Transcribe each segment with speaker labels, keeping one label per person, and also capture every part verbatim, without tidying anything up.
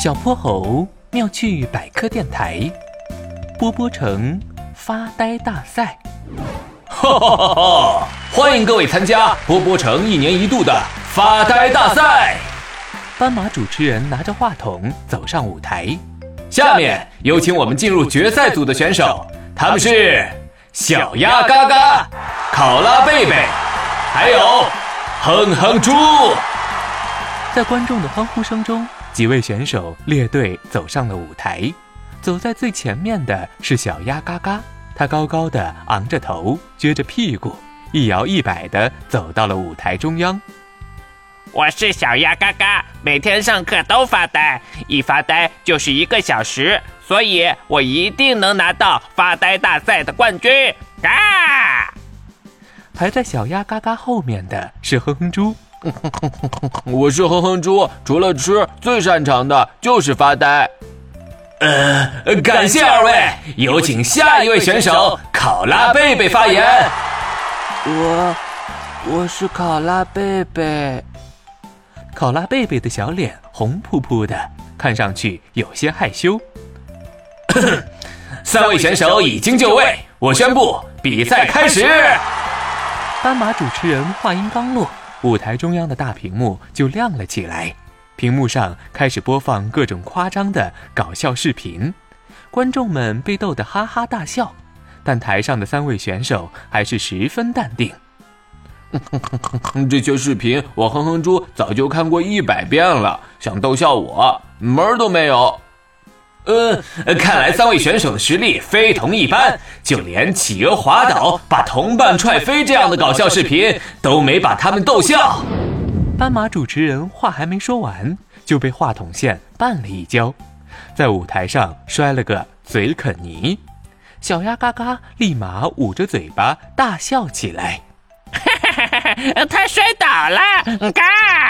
Speaker 1: 小泼猴妙趣百科电台，波波城发呆大赛。
Speaker 2: 哈哈哈哈！欢迎各位参加波波城一年一度的发呆大赛。
Speaker 1: 斑马主持人拿着话筒走上舞台，
Speaker 2: 下面有请我们进入决赛组的选手，他们是小鸭嘎嘎、考拉贝贝，还有哼哼猪。
Speaker 1: 在观众的欢呼声中，几位选手列队走上了舞台。走在最前面的是小鸭嘎嘎，他高高的昂着头，撅着屁股，一摇一摆地走到了舞台中央。
Speaker 3: 我是小鸭嘎嘎，每天上课都发呆，一发呆就是一个小时，所以我一定能拿到发呆大赛的冠军！啊！
Speaker 1: 排在小鸭嘎嘎后面的是哼哼猪。
Speaker 2: 我是哼哼猪，除了吃，最擅长的就是发呆。呃，感谢二位，有请下一位选手考拉贝贝发言。
Speaker 4: 我，我是考拉贝贝。
Speaker 1: 考拉贝贝的小脸红扑扑的，看上去有些害羞。
Speaker 2: 三位选手已经就位，我宣布比赛开始。
Speaker 1: 斑马主持人话音刚落，舞台中央的大屏幕就亮了起来，屏幕上开始播放各种夸张的搞笑视频，观众们被逗得哈哈大笑，但台上的三位选手还是十分淡定。
Speaker 2: 这些视频我哼哼猪早就看过一百遍了，想逗笑我门儿都没有。呃，看来三位选手的实力非同一般，就连企鹅滑倒把同伴踹飞这样的搞笑视频都没把他们逗笑。
Speaker 1: 斑马主持人话还没说完，就被话筒线绊了一跤，在舞台上摔了个嘴啃泥。小鸭嘎嘎立马捂着嘴巴大笑起来。
Speaker 3: 他摔倒了！嘎！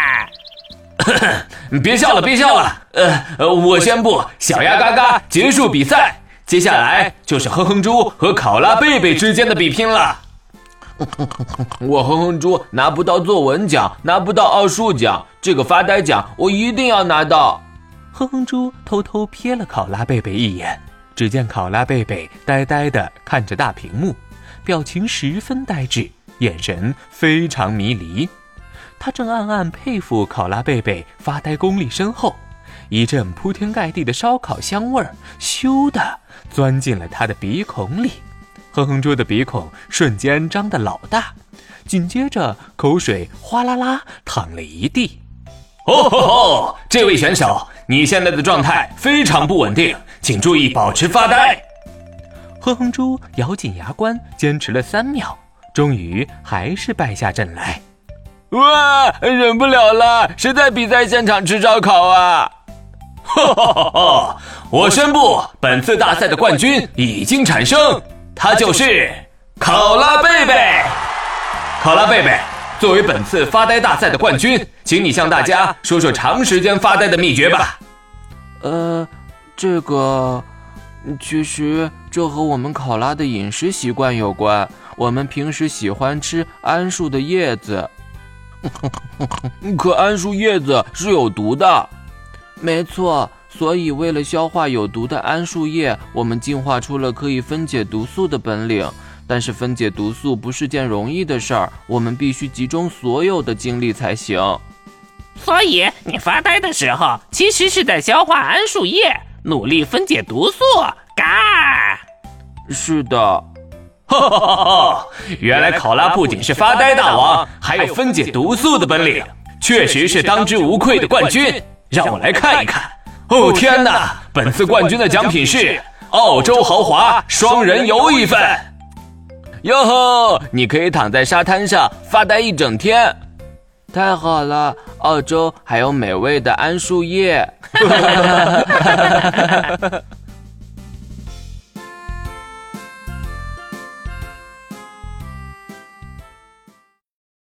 Speaker 2: 别笑了，别笑了。呃，我宣布小鸭嘎嘎结束比赛，接下来就是哼哼猪和考拉贝贝之间的比拼了。我哼哼猪拿不到作文奖，拿不到奥数奖，这个发呆奖我一定要拿到。
Speaker 1: 哼哼猪偷偷瞥了考拉贝贝一眼，只见考拉贝贝呆呆地看着大屏幕，表情十分呆滞，眼神非常迷离。他正暗暗佩服考拉贝贝发呆功力深厚，一阵铺天盖地的烧烤香味儿咻的钻进了他的鼻孔里。哼哼猪的鼻孔瞬间张得老大，紧接着口水哗啦啦淌了一地。
Speaker 2: 哦吼吼！这位选手，你现在的状态非常不稳定，请注意保持发呆。
Speaker 1: 哼哼猪咬紧牙关，坚持了三秒，终于还是败下阵来。
Speaker 2: 哇，忍不了了，谁在比赛现场吃烧烤啊？哈哈哈哈！我宣布本次大赛的冠军已经产生，他就是考拉贝贝。考拉贝贝，作为本次发呆大赛的冠军，请你向大家说说长时间发呆的秘诀吧。
Speaker 4: 呃，这个，其实这和我们考拉的饮食习惯有关。我们平时喜欢吃桉树的叶子。可桉树叶子是有毒的。没错，所以为了消化有毒的桉树叶，我们进化出了可以分解毒素的本领。但是分解毒素不是件容易的事儿，我们必须集中所有的精力才行。
Speaker 3: 所以你发呆的时候，其实是在消化桉树叶，努力分解毒素。嘎！
Speaker 4: 是的。
Speaker 2: 哈哈哈哈！原来考拉不仅是发呆大王，还有分解毒素的本领，确实是当之无愧的冠军。让我来看一看。哦天哪！本次冠军的奖品是澳洲豪华双人游一份。
Speaker 4: 哟吼！你可以躺在沙滩上发呆一整天。太好了，澳洲还有美味的桉树叶。